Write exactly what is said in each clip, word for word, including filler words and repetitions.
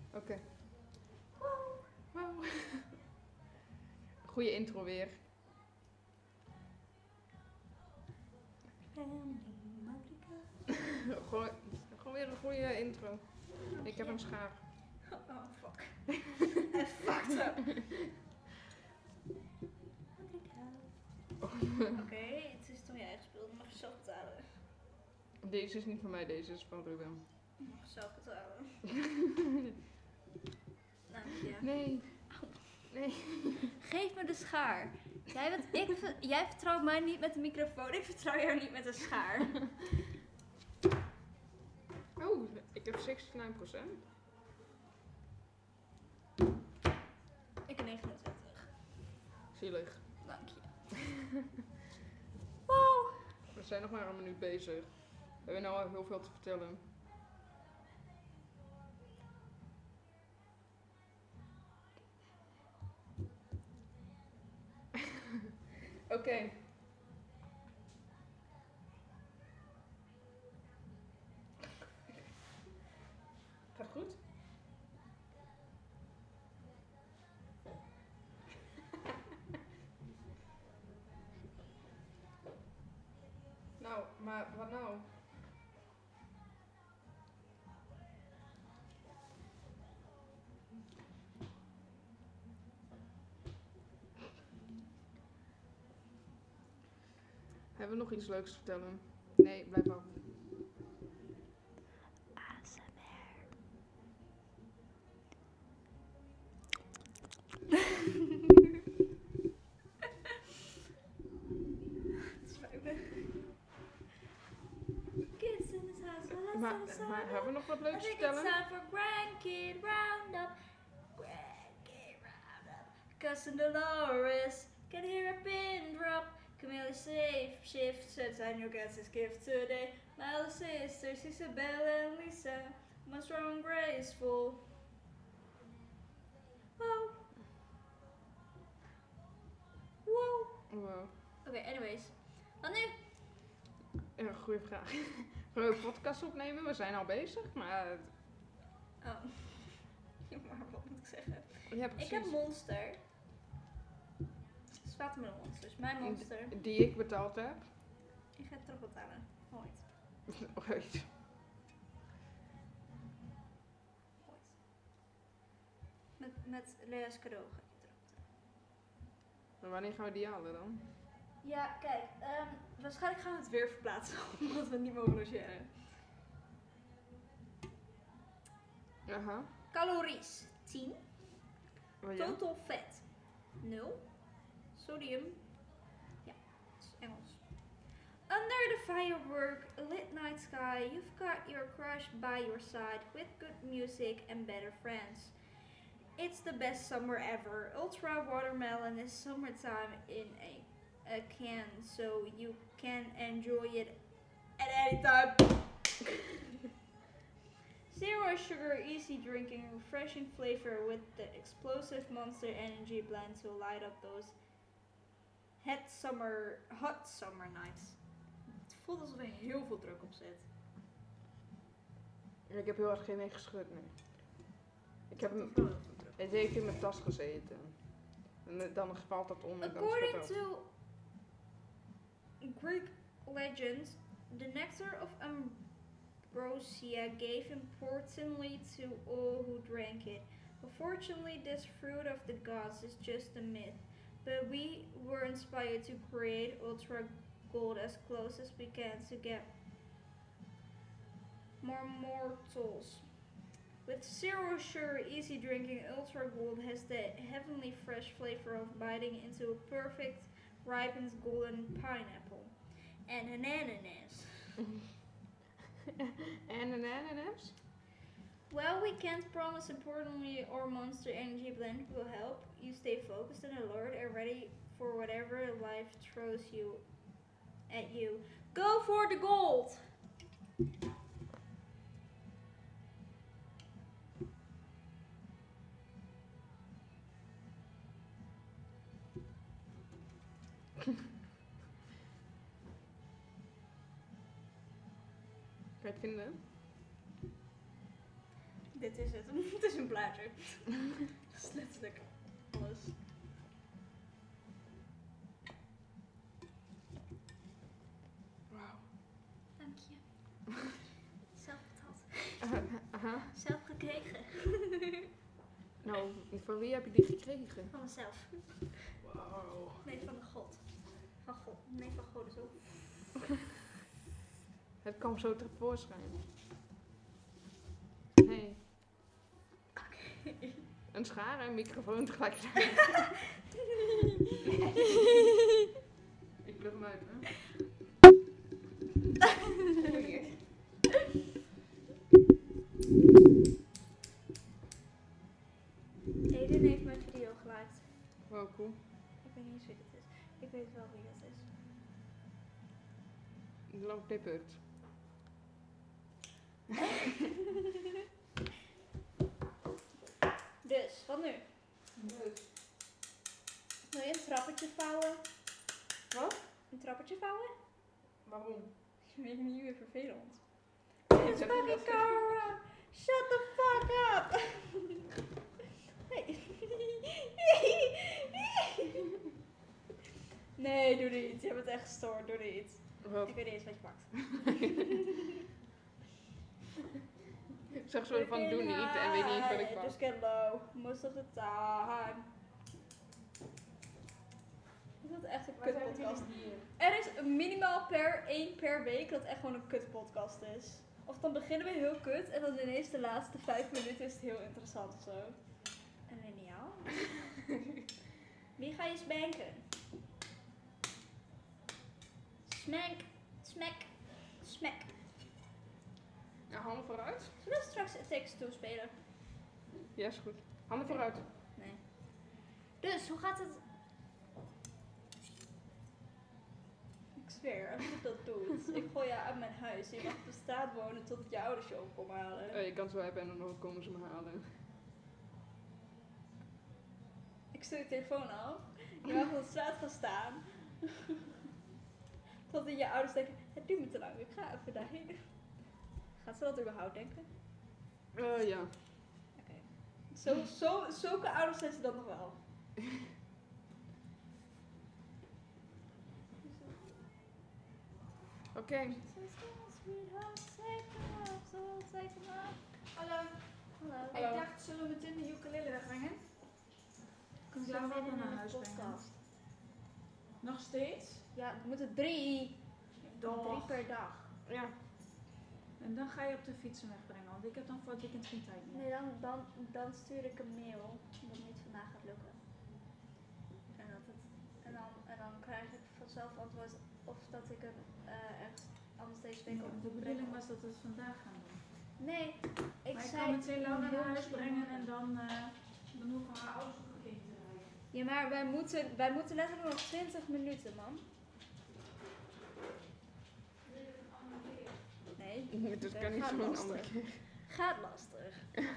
Oké. Okay. Wow. Wow. Goeie intro weer. gewoon, gewoon weer een goede intro. Okay. Ik heb een schaar. Oh, fuck. I fucked up. Oké, okay, het is toch jij gespeeld. Dan mag je zelf betalen. Deze is niet van mij, deze is van Ruben. Je mag zelf betalen. Nou, ja. Nee. Nee. Geef me de schaar. Jij, bent, ik, jij vertrouwt mij niet met de microfoon. Ik vertrouw jou niet met de schaar. Oh, ik heb negenennegentig procent. Ik heb negenentwintig. Zielig. Dank je. Wow. We zijn nog maar een minuut bezig. We hebben nou al heel veel te vertellen. Oké. Okay. Gaat goed? Nou, maar wat nou? Hebben we nog iets leuks te vertellen? Nee, blijf af. A S M R. Kids in this house. Maar, maar hebben we nog wat leuks te vertellen? I think it's time for Grandkid Roundup. Grandkid Roundup. Cousin Dolores can hear a pin drop. Camille safe shift sets on your guys' gift today. My little sisters Isabella and Lisa, my strong graceful. Wow. Wow. Wow. Oké, okay, anyways. Wat nu? Ja, goeie vraag. Gaan we een podcast opnemen? We zijn al bezig, maar... Oh. Ja, maar wat moet ik zeggen? Ja, precies. Ik heb Monster. Watermelon Monsters, mijn monster. Die ik betaald heb. Ik ga het terug betalen. Ooit. Ooit. Ooit. Met, met Lea's cadeau ga ik het terug betalen. Maar wanneer gaan we die halen dan? Ja, kijk. Um, waarschijnlijk gaan we het weer verplaatsen. Omdat we het niet mogen logeren. Aha. Calories tien. Oh, ja? Total vet nul. Sodium. Ja, dat is Engels. Under the firework, lit night sky, you've got your crush by your side with good music and better friends. It's the best summer ever. Ultra watermelon is summertime in a, a can, so you can enjoy it at any time. Zero sugar, easy drinking, refreshing flavor with the explosive Monster Energy blend to light up those hot summer, hot summer nights. Het voelt alsof er heel veel druk op zit. Ik heb heel erg geen één geschud nu. Ik heb hem... Heel veel druk. Het heeft in mijn tas gezeten. En dan valt dat om en dan According schudt dat. to Greek legend, the nectar of ambrosia gave importantly to all who drank it. Unfortunately, this fruit of the gods is just a myth, but we were inspired to create Ultra Gold as close as we can to get more mortals. With zero sugar, easy drinking, Ultra Gold has the heavenly fresh flavor of biting into a perfect ripened golden pineapple. And an ananas. En een ananas? Well, we can't promise importantly our Monster Energy blend will help you stay focused and alert and ready for whatever life throws you at you. Go for the gold! Kan je het vinden? Dit is het. Het is een blaadje. Dat is letterlijk alles. Wauw. Dank je. Zelf betaald. Uh, aha. Zelf gekregen. Nou, van wie heb je die gekregen? Van mezelf. Wauw. Nee, van de God. Van God. Nee, van God is ook. Het kwam zo tevoorschijn. Hey. Oké. Een schaar en een microfoon tegelijkertijd. Ik plug hem uit, hè? Eden heeft mijn video geliked. Wow, cool. Ik weet niet eens wie dat is. Ik weet wel wie dat is. Lang Pippert. Dus, wat nu? Dus. Wil je een trappetje vouwen? Wat? Een trappetje vouwen? Waarom? Ik weet niet weer vervelend. Ik It's heb fucking het wel Cara! Shut the fuck up! Hey. Nee, doe niet. Je hebt het echt gestoord. Doe niet. Wat? Ik weet niet eens wat je pakt. Ik zeg zo van doe niet en weet niet eens wat ik Just pak. get low. Most of the time. Is dat echt een kutpodcast? Er is een minimaal per één per week dat echt gewoon een kutpodcast is. Of dan beginnen we heel kut en dan ineens de laatste vijf minuten is het heel interessant of zo. En lineaal. Wie ga je spanken? Smack, smack, smack. Ja, handen vooruit? Zullen we straks It Takes Two spelen? Ja, is goed. Handen vooruit. Nee. Dus, hoe gaat het? Ik zweer, als je dat doet, ik gooi je uit mijn huis. Je mag op de straat wonen tot je ouders je opkomen halen. Uh, je kan zo hebben en dan komen ze me halen. Ik stuur je telefoon af. Je mag op de straat gaan staan. Totdat je ouders denken, het duurt me te lang, ik ga even daarheen. Gaat ze dat überhaupt denken? Uh, ja. Oké. Zo, zo, zulke ouders zijn ze dan nog wel. Oké. Okay. Hallo. Hallo. Hallo. Ik dacht, zullen we meteen de ukulele wegbrengen? Kan ik Zullen jou we ook wel in naar een huis brengen? podcast? Nog steeds? Ja, er moeten drie. Drie Doch. per dag. Ja. En dan ga je op de fietsen wegbrengen, want ik heb dan voor het weekend geen tijd meer. Nee, dan, dan, dan stuur ik een mail dat het niet vandaag gaat lukken. En, dat het, en, dan, en dan krijg ik vanzelf antwoord of dat ik hem uh, echt anders deze week Nee, ook de moet bedoeling brengen. was dat we het vandaag gaan doen. Nee, ik maar ik zei... kan meteen Laura heel naar huis snel brengen morgen. en dan, uh, dan hoeven haar ouders ook nog geen te rijden. Ja, maar wij moeten, wij moeten letterlijk nog twintig minuten, man. Nee, Dus dat kan niet gaat zo'n lastig. andere keer. Gaat lastig.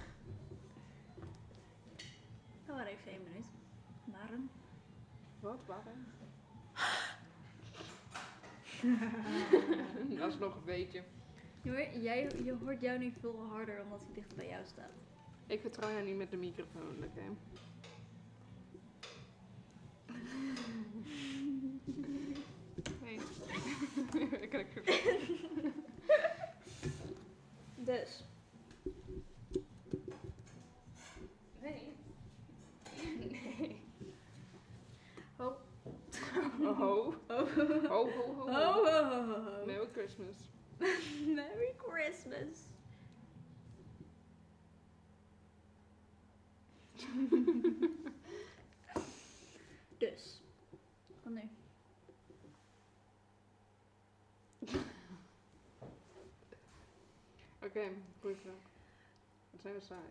Dan waren even één minuut. Waarom? Wat? Waarom? Dat is nog een beetje. Hoor, jij, je hoort jou nu veel harder omdat hij dicht bij jou staat. Ik vertrouw jou niet met de microfoon, oké? Okay? Nee. Ik heb het. Dus. Nee. Nee. Ho. Ho ho. Ho. Ho ho ho. Ho, ho, ho, ho, ho. Merry Christmas. Merry Christmas. Dus. Wat nu? Oké, okay, goeie vraag. Wat zijn we saai?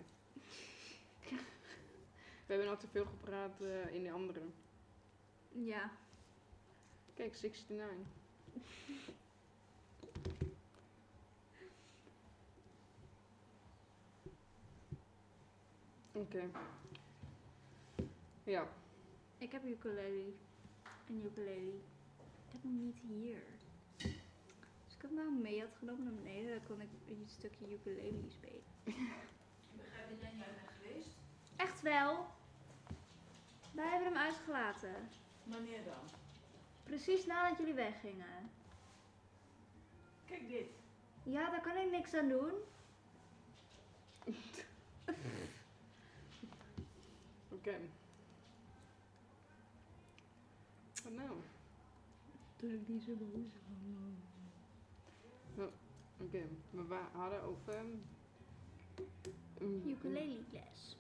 We hebben al te veel gepraat uh, in de andere. Ja. Kijk, negenenzestig. Oké. Okay. Ja. Ik heb ukulele. Een ukulele. Ik heb hem niet hier. Dus ik heb hem nou mee had genomen naar beneden. Dan kon ik een stukje ukulele spelen. dat jij niet uit bent geweest. Echt wel. Wij hebben hem uitgelaten. Wanneer dan? Precies nadat jullie weggingen. Kijk dit. Ja, daar kan ik niks aan doen. Oké. Wat nou? Doe ik niet zo boos. Oké, we wa- hadden over... Um, Ukulele les.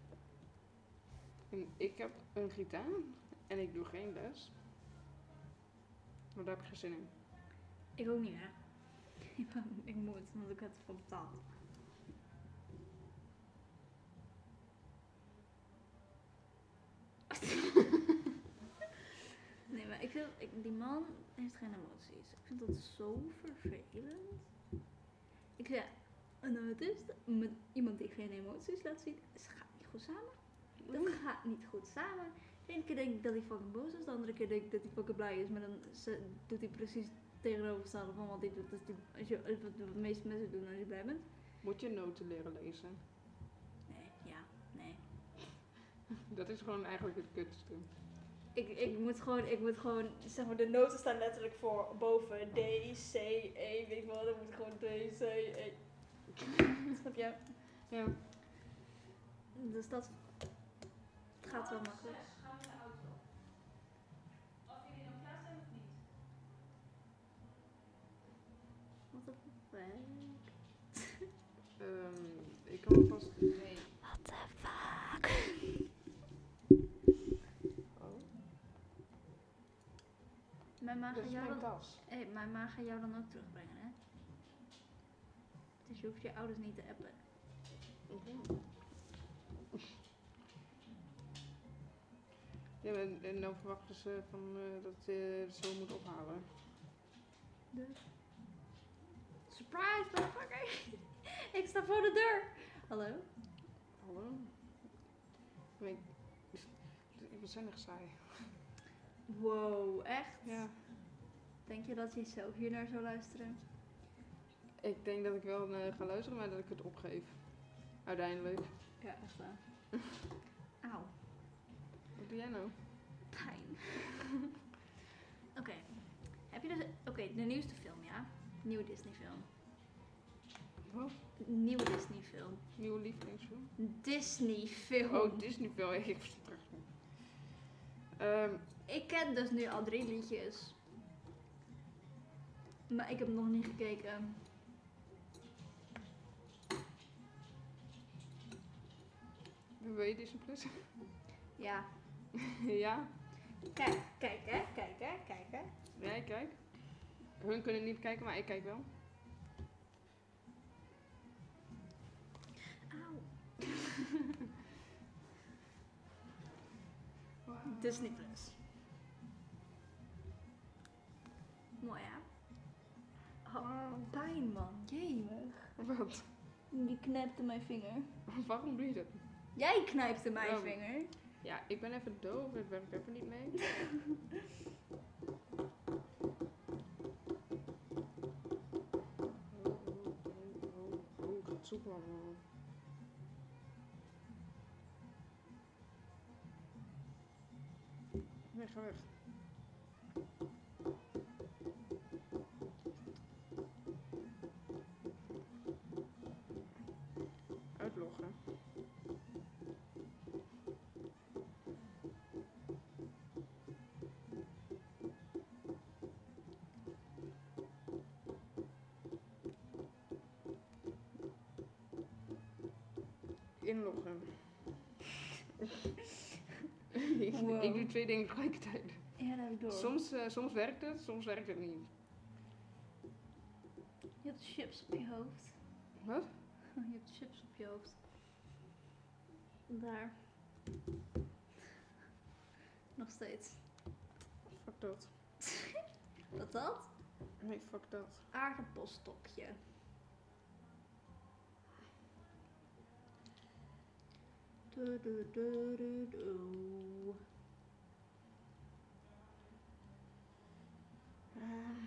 en ik heb een gitaar en ik doe geen les. Maar daar heb ik geen zin in. Ik ook niet, hè. Ik moet, want ik heb ervoor betaald. Nee, maar ik vind, ik, die man heeft geen emoties. Ik vind dat zo vervelend. Ik zeg, nou het is het, met iemand die geen emoties laat zien, het gaat niet goed samen. Dat gaat niet goed samen. De ene keer denk ik dat hij fucking boos is, de andere keer denk ik dat hij fucking blij is, maar dan ze- doet hij precies tegenovergestelde van wat hij doet. Als die, als je, als wat de meeste mensen doen als je blij bent. Moet je noten leren lezen? Nee, ja, nee. Dat is gewoon eigenlijk het kutste. Ik, ik moet gewoon, ik moet gewoon, zeg maar, de noten staan letterlijk voor boven D, C, E, weet ik wel, dan moet ik gewoon D, C, E. Snap je? Ja. Dus dat het gaat wel makkelijk. Gaan we in de auto? Of jullie dan klaar zijn of niet? Wat een fuck. Um, ik kan alvast... Nee. What the fuck? Oh, Mijn ma dat gaat is jou mijn dan, tas. hey, mijn ma gaat jou dan ook terugbrengen, hè? Dus je hoeft je ouders niet te appen. Oké. Ja, en, en dan verwachten ze van, uh, dat je het zo moet ophalen. De surprise, motherfucker! Ik sta voor de deur. Hallo? Hallo? Ik, ik ben zinnig saai. Wow, echt? Ja. Denk je dat je zelf hier naar zou luisteren? Ik denk dat ik wel uh, ga luisteren, maar dat ik het opgeef. Uiteindelijk. Ja, echt waar. Auw, Wat doe jij nou? pijn. Oké, heb je dus... Oké, de nieuwste film, ja? Nieuwe Disney film. Wat? Nieuwe Disney film. Nieuwe lievelingsfilm? Disney film. Oh, Disney film. Ik vertrek niet. Um, Ik ken dus nu al drie liedjes. Maar ik heb nog niet gekeken. wil je Disney Plus? Ja. Ja? Kijk, kijk hè, kijk hè, kijk hè. Ja, ik kijk. Hun kunnen niet kijken, maar ik kijk wel. Auw. Wow. Disney Plus. Mooi hè? Oh, pijn man, jemig. Wat? Die knijpte mijn vinger. Waarom doe je dat? Jij knijpte mijn Oh. vinger. Ja, ik ben even doof. Het werkt even niet mee. Oh, oh, oh, oh, oh, ik ga het zoeken allemaal. Nee, ga weg. Uitloggen. Inloggen. Ik- Wow. Ik doe twee dingen tegelijkertijd. Ja, dat heb ik door. Soms, uh, soms werkt het, soms werkt het niet. Je hebt chips op je hoofd. Wat? Je hebt chips op je hoofd. Daar. Nog steeds. Fuck dat. Wat dat? Nee, fuck dat. Aardappelstokje. Du, du, du, du, du. Uh,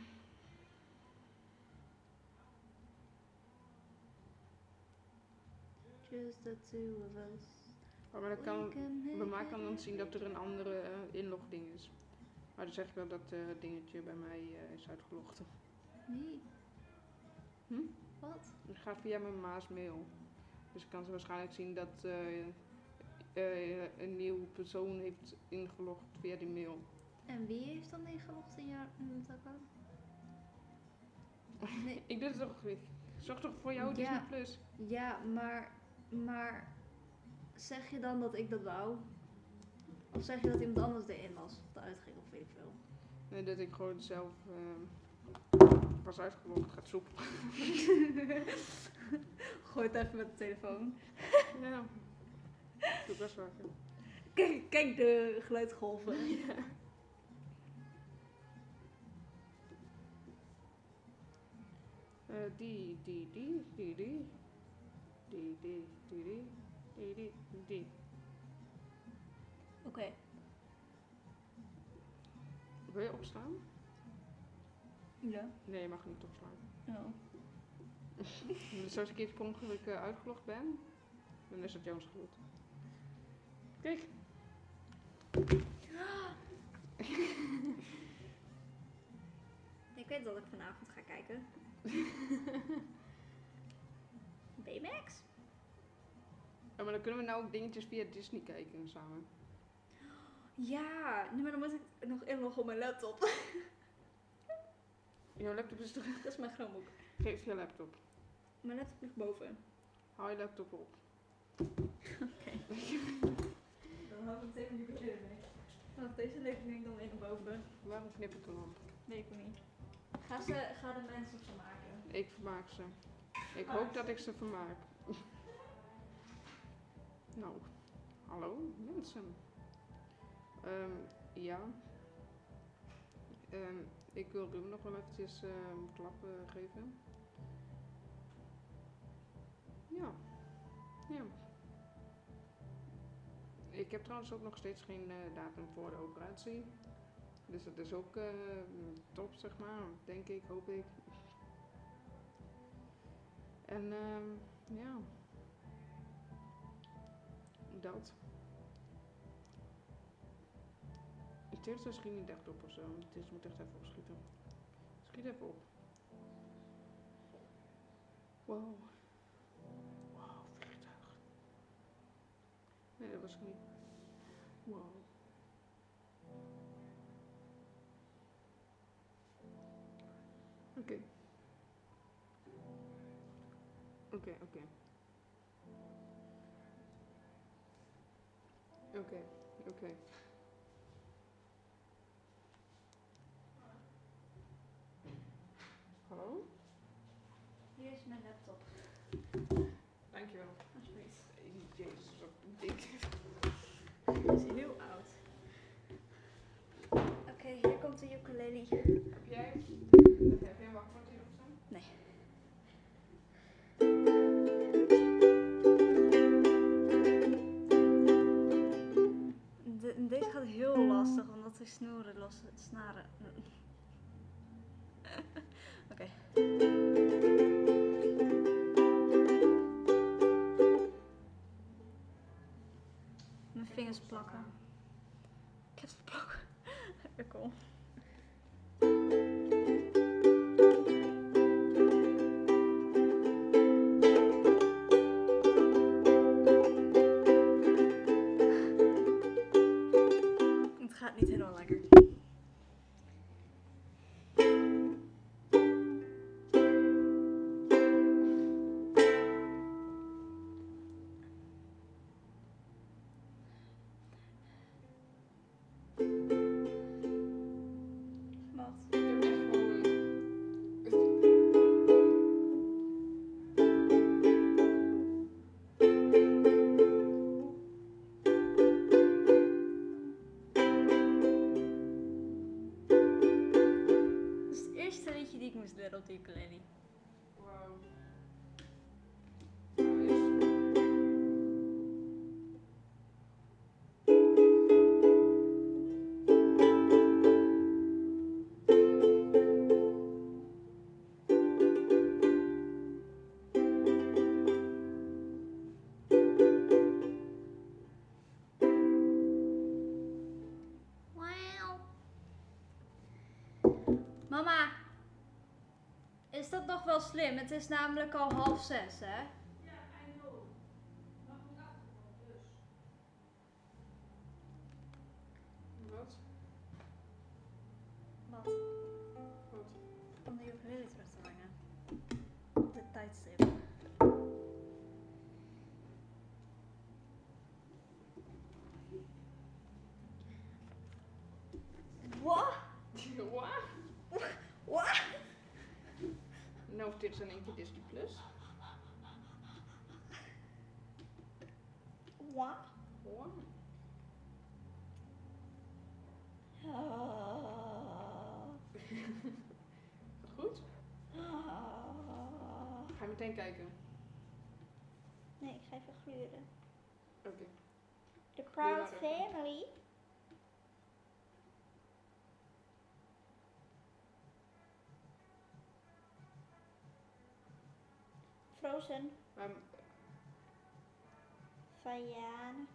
Du, just the two of us. Oh, maar dat kan, We can make bij mij kan dan it zien dat er een happen. andere eh, inlogding is. Maar dan zeg ik wel dat het dingetje bij mij eh, is uitgelogd. Wie? Hm? Wat? Het gaat via mijn ma's mail. Dus ik kan ze waarschijnlijk zien dat eh, eh, een nieuwe persoon heeft ingelogd via die mail. En wie heeft dan ingelogd in jouw in het account? Nee. Ik doe het toch niet. Zorg toch voor jou Ja. Disney Plus. Ja, maar, maar zeg je dan dat ik dat wou? Of zeg je dat iemand anders erin was? Of eruit ging, of weet ik veel. Nee, dat ik gewoon zelf eh, was uitgelogd, gaat zoeken. Gooi het even met de telefoon. Ja, doe ik best wel. Ja. Kijk, kijk de geluidsgolven. Ja. Eh, die, die, die, die, die. Die, die, die, die. Die, die, die. Oké. Wil je opstaan? Ja. Nee, je mag niet opslaan. Oh. Dus als ik iets per ongeluk uh, uitgelogd ben, dan is het jouw schuld. Kijk. Ik weet dat ik vanavond ga kijken. Baymax? Ja, maar dan kunnen we nou ook dingetjes via Disney kijken samen. Ja, nee, maar dan moet ik nog inloggen op mijn laptop. Jouw laptop is toch... Dat is mijn Chromebook. Geef je laptop. Mijn laptop ligt boven. Hou je laptop op. Oké. Dan hou ik het even niet meer mee. Wacht, deze leg ik dan weer naar boven. Waarom knippert de lamp? Weet ik niet. Ga, ze, ga de mensen vermaken. Ik vermaak ze. Ik hoop dat ik ze vermaak. Nou, hallo mensen. Um, ja. Um, ik wil Ruben nog wel eventjes uh, een klap uh, geven. Ja. Ja. Ik heb trouwens ook nog steeds geen uh, datum voor de operatie. Dus dat is ook uh, top, zeg maar. Denk ik, hoop ik. En uh, ja. Dat. Het heeft misschien niet echt op of zo. Het is, moet echt even opschieten. Schiet even op. Wow. Wow, vliegtuig. Nee, dat was het niet. Wow. Oké. Okay. Oké, okay, oké. Okay. Oké, okay, oké. Okay. Hallo? Hier is mijn laptop. Dankjewel. Alsjeblieft. Jezus, wat dik. Het is heel oud. Oké, okay, hier komt de ukulele. Heb jij, heb jij een wachtwoord hierop staan? Nee. De, deze gaat heel lastig, omdat de snoeren los, snaren. Oké. Okay. Mijn vingers plakken. Ik heb ze plakken. Cool. Het gaat niet helemaal lekker. Op de ukulele. Wow. Mama, is dat nog wel slim? Het is namelijk al half zes, hè? Wat? Wat? Wat? Om de ukulele terug te brengen. Op dit tijdstip. Wat? Wat? Wat? Nou, dit is in één keer Disney Plus. Wat? Wat? Goed? Ga je meteen kijken? Nee, ik ga even gluren. Oké. The Gleur Proud maar even. Family. Frozen. Maar, Vajana.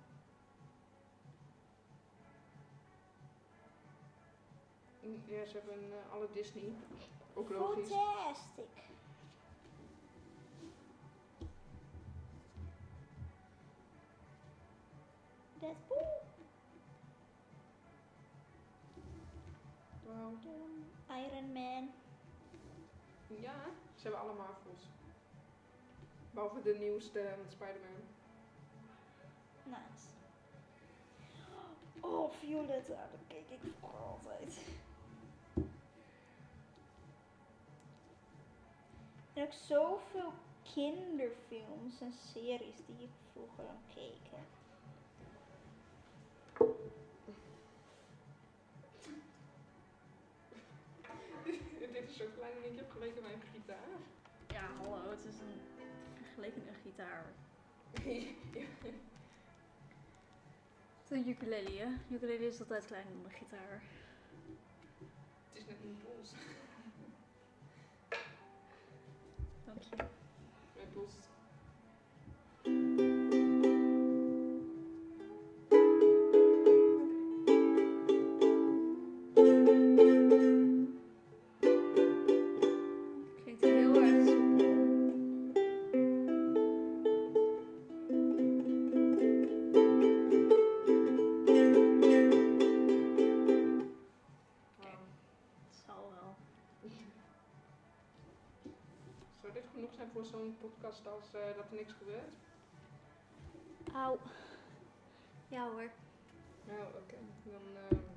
mm, ja, ze hebben eh, alle Disney. Ook logisch. Fantastic. Deadpool. Wauw. Iron Man. Ja, ze hebben alle Marvels. Behalve de nieuwste met Spider-Man. Nice. Oh, Violetta, daar keek ik vroeger altijd. En ook zoveel kinderfilms en series die ik vroeger aan keek. hè. Dit is zo klein en ik heb geleken bij een gitaar. Ja, hallo, het is een vergeleken een gitaar. Het is een ukulele, hè? Ukulele is altijd kleiner dan een gitaar. Het is net een pols. Dank je. Mijn pols. Klinkt heel erg soepel. Wauw. Het zal wel. Zou dit genoeg zijn voor zo'n podcast als eh, dat er niks gebeurt? Auw. Ja hoor. Nou, oké. Dan eh,